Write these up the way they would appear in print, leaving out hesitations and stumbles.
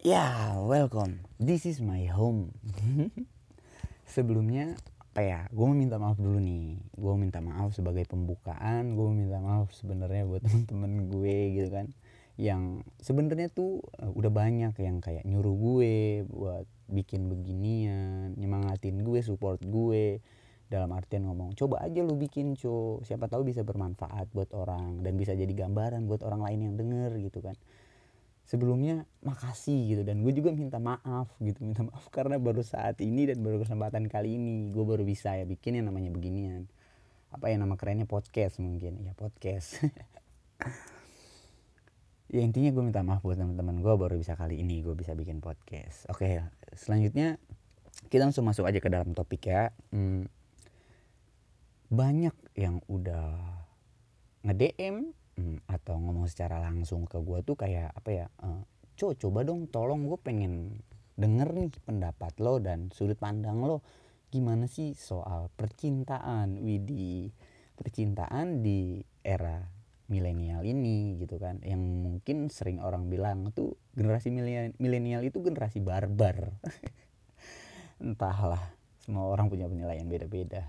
Ya, welcome. This is my home. Sebelumnya, gue mau minta maaf dulu nih. Gue minta maaf sebagai pembukaan. Gue minta maaf sebenarnya buat temen-temen gue gitu kan. Yang sebenarnya tuh udah banyak yang kayak nyuruh gue buat bikin beginian, nyemangatin gue, support gue. Dalam artian ngomong, coba aja lu bikin, siapa tahu bisa bermanfaat buat orang dan bisa jadi gambaran buat orang lain yang denger gitu kan. Sebelumnya makasih gitu, dan gue juga minta maaf karena baru saat ini dan baru kesempatan kali ini gue baru bisa ya bikin yang namanya beginian, apa ya nama kerennya, podcast mungkin ya, podcast. Ya intinya gue minta maaf buat teman-teman gue, baru bisa kali ini gue bisa bikin podcast. Oke, selanjutnya kita langsung masuk aja ke dalam topik ya. Banyak yang udah nge-DM atau ngomong secara langsung ke gue tuh kayak apa ya, coba dong tolong, gue pengen denger nih pendapat lo dan sudut pandang lo gimana sih soal percintaan, percintaan di era milenial ini gitu kan, yang mungkin sering orang bilang tuh generasi milenial itu generasi barbar. Entahlah, semua orang punya penilaian beda-beda.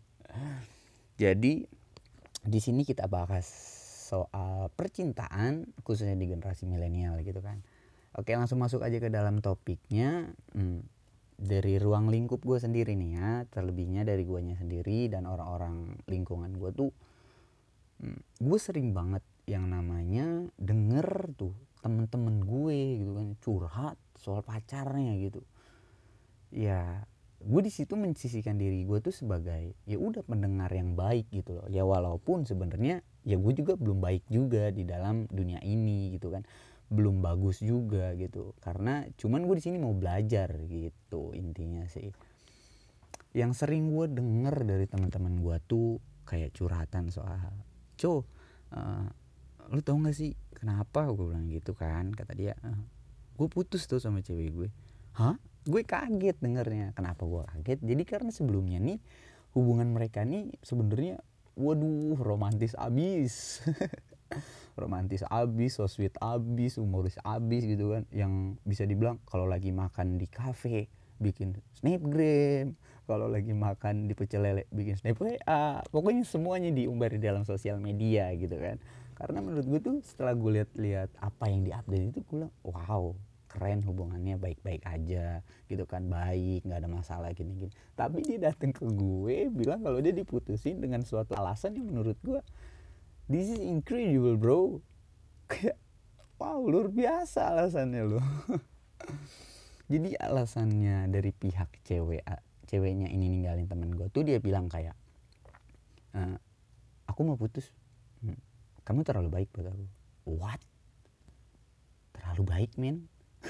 Jadi di sini kita bahas soal percintaan khususnya di generasi milenial gitu kan. Oke, langsung masuk aja ke dalam topiknya. Dari ruang lingkup gue sendiri nih ya, terlebihnya dari guanya sendiri dan orang-orang lingkungan gue tuh, gue sering banget yang namanya denger tuh temen-temen gue gitu kan curhat soal pacarnya gitu. Ya gue di situ mensisihkan diri gue tuh sebagai ya udah pendengar yang baik gitu loh ya, walaupun sebenarnya ya gue juga belum baik juga di dalam dunia ini gitu kan, belum bagus juga gitu, karena cuman gue di sini mau belajar gitu intinya sih. Yang sering gue denger dari teman-teman gue tuh kayak curhatan soal, uh, lu tau gak sih kenapa, gue bilang gitu kan, kata dia, gue putus tuh sama cewek gue. Hah? Gue kaget dengernya. Kenapa gue kaget? Jadi karena sebelumnya nih hubungan mereka nih sebenarnya waduh romantis abis. Romantis abis, so sweet abis, humoris abis gitu kan. Yang bisa dibilang kalau lagi makan di kafe bikin snapgram, kalau lagi makan di pecel lele bikin snap WA, pokoknya semuanya diumbar di dalam sosial media gitu kan. Karena menurut gue tuh setelah gue lihat-lihat apa yang diupdate itu, gue bilang wow, keren, hubungannya baik-baik aja gitu kan, baik, nggak ada masalah gini-gini. Tapi dia datang ke gue bilang kalau dia diputusin dengan suatu alasan yang menurut gue this is incredible bro. Kayak wow, luar biasa alasannya loh. Jadi alasannya dari pihak ceweknya ini ninggalin temen gue tuh, dia bilang kayak, aku mau putus. Kamu terlalu baik buat aku. What? Terlalu baik men?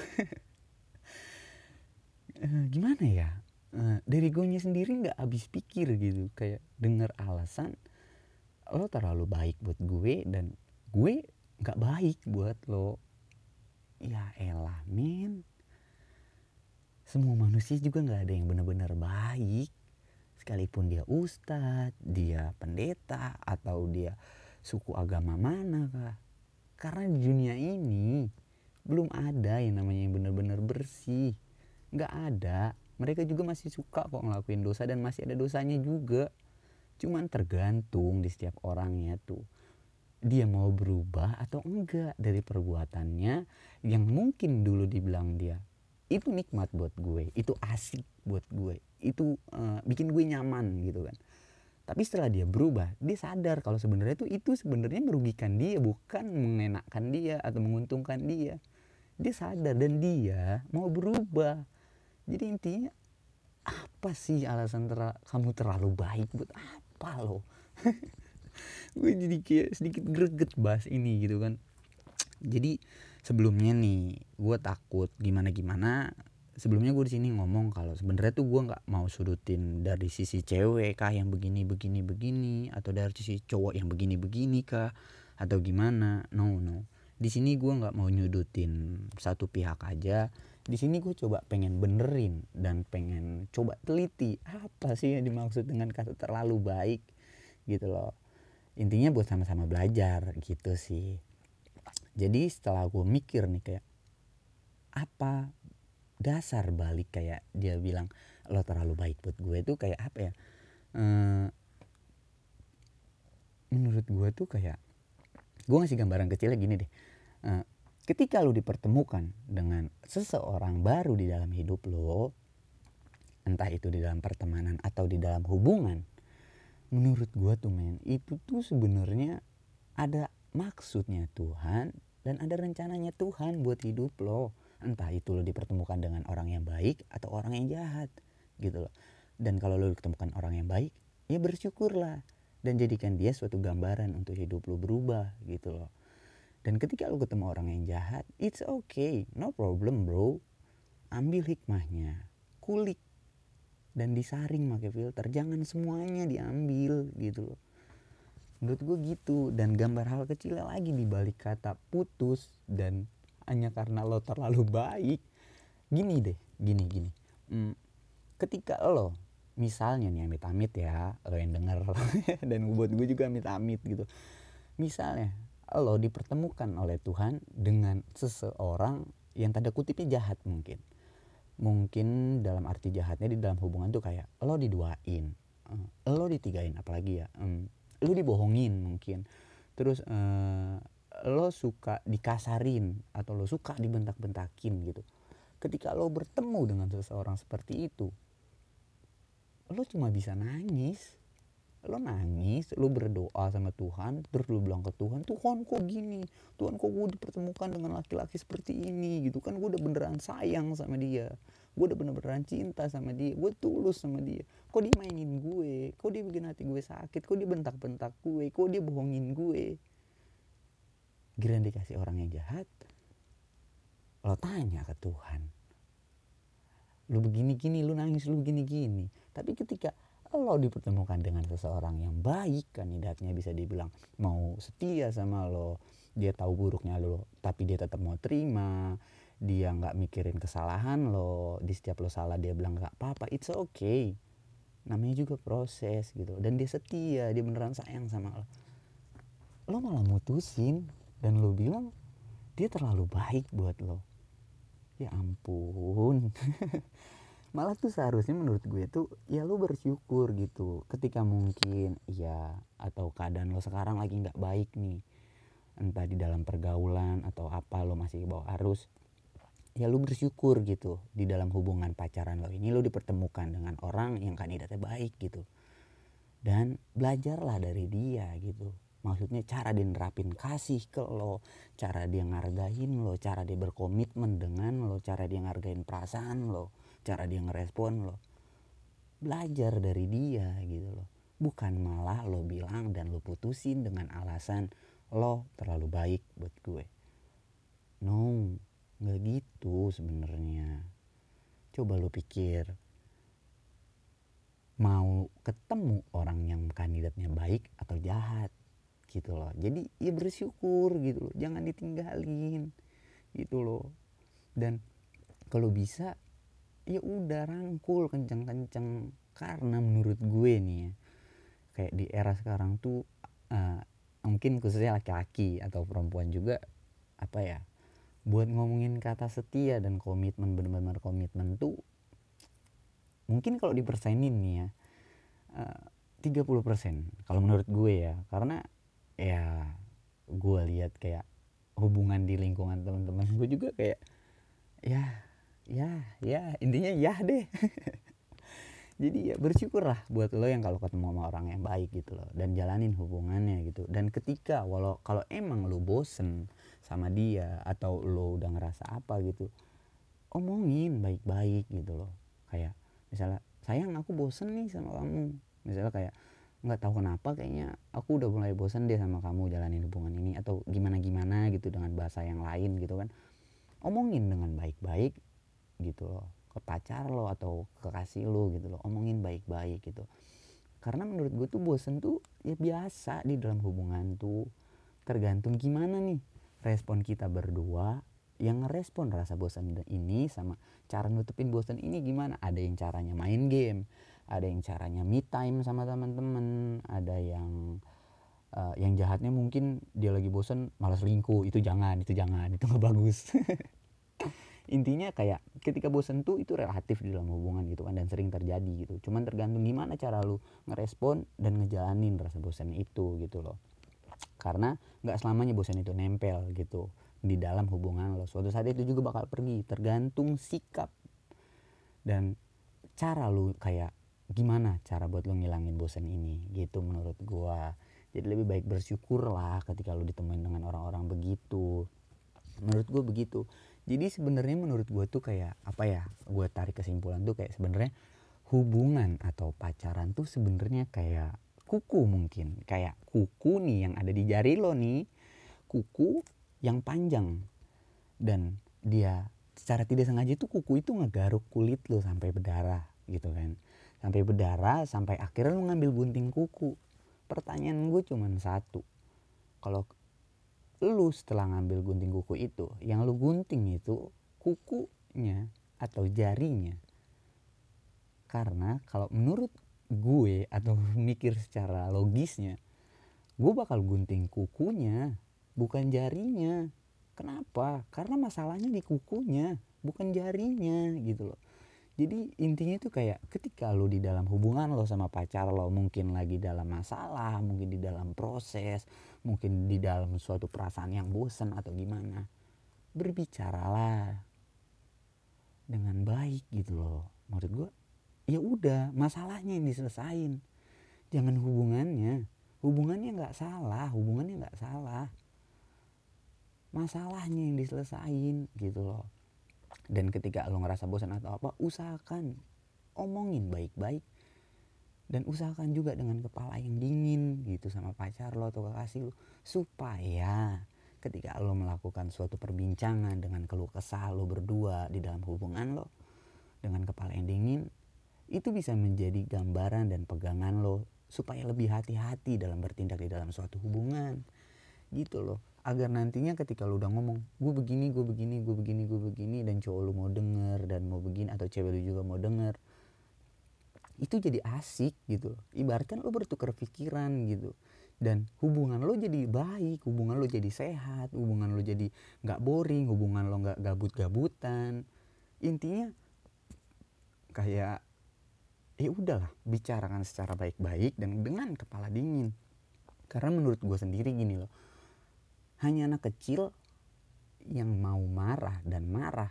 Gimana ya? Dari gue sendiri nggak habis pikir gitu, kayak denger alasan lo terlalu baik buat gue dan gue nggak baik buat lo. Ya elah men, semua manusia juga nggak ada yang benar-benar baik, sekalipun dia ustadz, dia pendeta, atau dia suku agama mana kah. Karena di dunia ini belum ada yang namanya yang benar-benar bersih. Nggak ada. Mereka juga masih suka kok ngelakuin dosa dan masih ada dosanya juga. Cuman tergantung di setiap orangnya tuh, dia mau berubah atau enggak dari perbuatannya yang mungkin dulu dibilang dia itu nikmat buat gue, itu asik buat gue, itu bikin gue nyaman gitu kan. Tapi setelah dia berubah, dia sadar kalau sebenarnya itu sebenarnya merugikan dia, bukan mengenakkan dia atau menguntungkan dia. Dia sadar dan dia mau berubah. Jadi intinya, apa sih alasan kamu terlalu baik buat apa lo? Gue jadi kayak sedikit greget bahas ini gitu kan. Jadi sebelumnya nih gue takut gimana sebelumnya gue di sini ngomong kalau sebenarnya tuh gue nggak mau sudutin dari sisi cewek kah yang begini atau dari sisi cowok yang begini kah atau gimana. No, di sini gue nggak mau nyudutin satu pihak aja. Di sini gue coba pengen benerin dan pengen coba teliti apa sih yang dimaksud dengan kata terlalu baik gitu loh. Intinya buat sama-sama belajar gitu sih. Jadi setelah gue mikir nih kayak, apa dasar balik kayak dia bilang lo terlalu baik buat gue tuh kayak apa ya, menurut gue tuh kayak gue ngasih gambaran kecilnya gini deh. Ketika lo dipertemukan dengan seseorang baru di dalam hidup lo, entah itu di dalam pertemanan atau di dalam hubungan, menurut gue tuh itu tuh sebenarnya ada maksudnya Tuhan dan ada rencananya Tuhan buat hidup lo. Entah itu lo dipertemukan dengan orang yang baik atau orang yang jahat gitu loh. Dan kalau lo ditemukan orang yang baik, ya bersyukurlah dan jadikan dia suatu gambaran untuk hidup lo berubah gitu loh. Dan ketika lo ketemu orang yang jahat, it's okay, no problem bro. Ambil hikmahnya, kulik dan disaring pakai filter, jangan semuanya diambil gitu loh. Menurut gue gitu. Dan gambar hal kecilnya lagi di balik kata putus dan hanya karena lo terlalu baik. Gini deh, gini. Ketika lo misalnya nih amit-amit ya, lo yang denger dan buat gue juga amit-amit gitu. Misalnya lo dipertemukan oleh Tuhan dengan seseorang yang tanda kutipnya jahat mungkin dalam arti jahatnya di dalam hubungan tuh kayak lo diduain, lo ditigain, apalagi ya, lo dibohongin mungkin, terus lo suka dikasarin atau lo suka dibentak-bentakin gitu. Ketika lo bertemu dengan seseorang seperti itu, lo cuma bisa nangis. Lo berdoa sama Tuhan, terus lo bilang ke Tuhan, Tuhan kok gini, Tuhan kok gue dipertemukan dengan laki-laki seperti ini gitu kan, gue udah beneran sayang sama dia, gue udah bener-beneran cinta sama dia, gue tulus sama dia, kok dia mainin gue, kok dia bikin hati gue sakit, kok dia bentak-bentak gue, kok dia bohongin gue. Giliran dikasih orang yang jahat, lo tanya ke Tuhan, lu begini-gini, lu nangis, lu begini-gini. Tapi ketika lo dipertemukan dengan seseorang yang baik, kandidatnya bisa dibilang mau setia sama lo, dia tahu buruknya lo tapi dia tetap mau terima, dia nggak mikirin kesalahan lo, di setiap lo salah dia bilang nggak apa-apa, it's okay, namanya juga proses gitu. Dan dia setia, dia beneran sayang sama lo malah mutusin dan lo bilang dia terlalu baik buat lo. Ya ampun. Malah tuh seharusnya menurut gue tuh ya lu bersyukur gitu ketika mungkin ya, atau keadaan lo sekarang lagi nggak baik nih, entah di dalam pergaulan atau apa, lo masih bawa arus, ya lu bersyukur gitu di dalam hubungan pacaran lo ini lo dipertemukan dengan orang yang kandidatnya baik gitu, dan belajarlah dari dia gitu. Maksudnya cara dia nerapin kasih ke lo, cara dia ngargain lo, cara dia berkomitmen dengan lo, cara dia ngargain perasaan lo, cara dia ngerespon lo. Belajar dari dia gitu loh. Bukan malah lo bilang dan lo putusin dengan alasan lo terlalu baik buat gue. No, gak gitu sebenarnya. Coba lo pikir, mau ketemu orang yang kandidatnya baik atau jahat gitu loh. Jadi ya bersyukur gitu loh, jangan ditinggalin gitu loh. Dan kalau bisa ya udah rangkul kenceng-kenceng, karena menurut gue nih ya, kayak di era sekarang tuh mungkin khususnya laki-laki atau perempuan juga, apa ya, buat ngomongin kata setia dan komitmen, benar-benar komitmen tuh mungkin kalau dipersenin nih ya 30% kalau menurut gue ya. Karena ya gue lihat kayak hubungan di lingkungan teman-teman gue juga kayak ya intinya ya deh. Jadi ya bersyukurlah buat lo yang kalau ketemu sama orang yang baik gitu loh, dan jalanin hubungannya gitu. Dan ketika kalau emang lo bosen sama dia atau lo udah ngerasa apa gitu, omongin baik-baik gitu loh. Kayak misalnya, sayang aku bosen nih sama kamu, misalnya kayak nggak tahu kenapa kayaknya aku udah mulai bosen deh sama kamu jalanin hubungan ini, atau gimana gitu dengan bahasa yang lain gitu kan. Omongin dengan baik-baik gitu loh ke pacar lo atau kekasih lo gitu loh, omongin baik-baik gitu. Karena menurut gue tuh bosen tuh ya biasa di dalam hubungan tuh, tergantung gimana nih respon kita berdua. Yang ngerespon rasa bosan ini sama cara nutupin bosan ini gimana. Ada yang caranya main game, ada yang caranya me time sama teman-teman, ada yang jahatnya mungkin dia lagi bosan malah selingkuh. Itu jangan itu nggak bagus. Intinya kayak ketika bosan tuh itu relatif di dalam hubungan gitu kan, dan sering terjadi gitu. Cuman tergantung gimana cara lu ngerespon dan ngejalanin rasa bosan itu gitu loh. Karena nggak selamanya bosan itu nempel gitu di dalam hubungan lo. Suatu saat itu juga bakal pergi, tergantung sikap dan cara lu kayak gimana cara buat lu ngilangin bosan ini gitu menurut gua. Jadi lebih baik bersyukur lah ketika lu ditemuin dengan orang-orang begitu. Menurut gua begitu. Jadi sebenarnya menurut gua tuh kayak apa ya? Gua tarik kesimpulan tuh kayak sebenarnya hubungan atau pacaran tuh sebenarnya kayak kuku, mungkin kayak kuku nih yang ada di jari lo nih, kuku yang panjang, dan dia secara tidak sengaja tuh kuku itu ngegaruk kulit lo sampai berdarah gitu kan, sampai berdarah sampai akhirnya lo ngambil gunting kuku. Pertanyaan gue cuman satu, kalau lu setelah ngambil gunting kuku itu, yang lu gunting itu kukunya atau jarinya? Karena kalau menurut gue atau mikir secara logisnya, gue bakal gunting kukunya, bukan jarinya. Kenapa? Karena masalahnya di kukunya, bukan jarinya gitu loh. Jadi intinya itu kayak ketika lo di dalam hubungan lo sama pacar lo, mungkin lagi dalam masalah, mungkin di dalam proses, mungkin di dalam suatu perasaan yang bosan atau gimana, berbicaralah dengan baik gitu loh. Menurut gue ya udah, masalahnya yang diselesain, jangan hubungannya. Hubungannya nggak salah, masalahnya yang diselesain gitu loh. Dan ketika lo ngerasa bosan atau apa, usahakan omongin baik-baik, dan usahakan juga dengan kepala yang dingin gitu sama pacar lo atau kekasih lo, supaya ketika lo melakukan suatu perbincangan dengan keluh kesah lo berdua di dalam hubungan lo dengan kepala yang dingin, itu bisa menjadi gambaran dan pegangan lo supaya lebih hati-hati dalam bertindak di dalam suatu hubungan gitu loh. Agar nantinya ketika lo udah ngomong gue begini dan cowok lo mau denger dan mau begini, atau cewek lo juga mau denger, itu jadi asik gitu loh. Ibaratkan lo bertukar pikiran gitu, dan hubungan lo jadi baik, hubungan lo jadi sehat, hubungan lo jadi gak boring, hubungan lo gak gabut-gabutan. Intinya kayak ya udahlah, bicarakan secara baik-baik dan dengan kepala dingin. Karena menurut gue sendiri gini loh, hanya anak kecil yang mau marah dan marah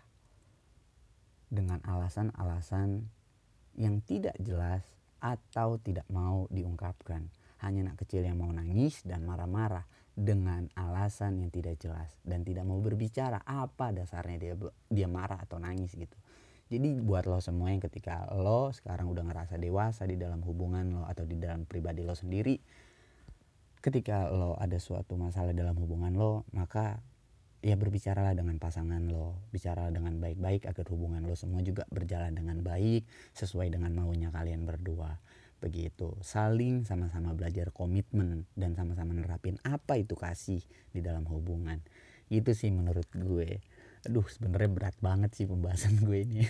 dengan alasan-alasan yang tidak jelas atau tidak mau diungkapkan. Hanya anak kecil yang mau nangis dan marah-marah dengan alasan yang tidak jelas dan tidak mau berbicara apa dasarnya dia marah atau nangis gitu. Jadi buat lo semua yang ketika lo sekarang udah ngerasa dewasa di dalam hubungan lo atau di dalam pribadi lo sendiri, ketika lo ada suatu masalah dalam hubungan lo, maka ya berbicaralah dengan pasangan lo, bicaralah dengan baik-baik agar hubungan lo semua juga berjalan dengan baik sesuai dengan maunya kalian berdua. Begitu, saling sama-sama belajar komitmen dan sama-sama nerapin apa itu kasih di dalam hubungan. Gitu sih menurut gue. Aduh, sebenarnya berat banget sih pembahasan gue ini.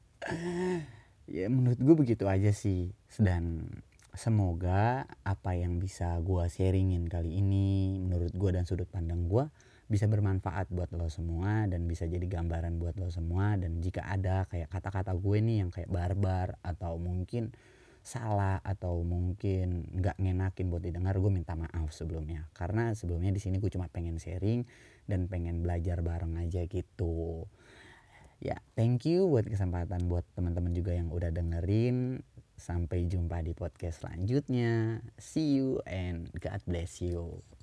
Ya menurut gue begitu aja sih. Dan semoga apa yang bisa gue sharingin kali ini menurut gue dan sudut pandang gue bisa bermanfaat buat lo semua dan bisa jadi gambaran buat lo semua. Dan jika ada kayak kata-kata gue nih yang kayak barbar atau mungkin salah atau mungkin nggak ngenakin buat didengar, gue minta maaf sebelumnya. Karena sebelumnya di sini gue cuma pengen sharing dan pengen belajar bareng aja gitu. Ya, thank you buat kesempatan buat teman-teman juga yang udah dengerin. Sampai jumpa di podcast selanjutnya. See you and God bless you.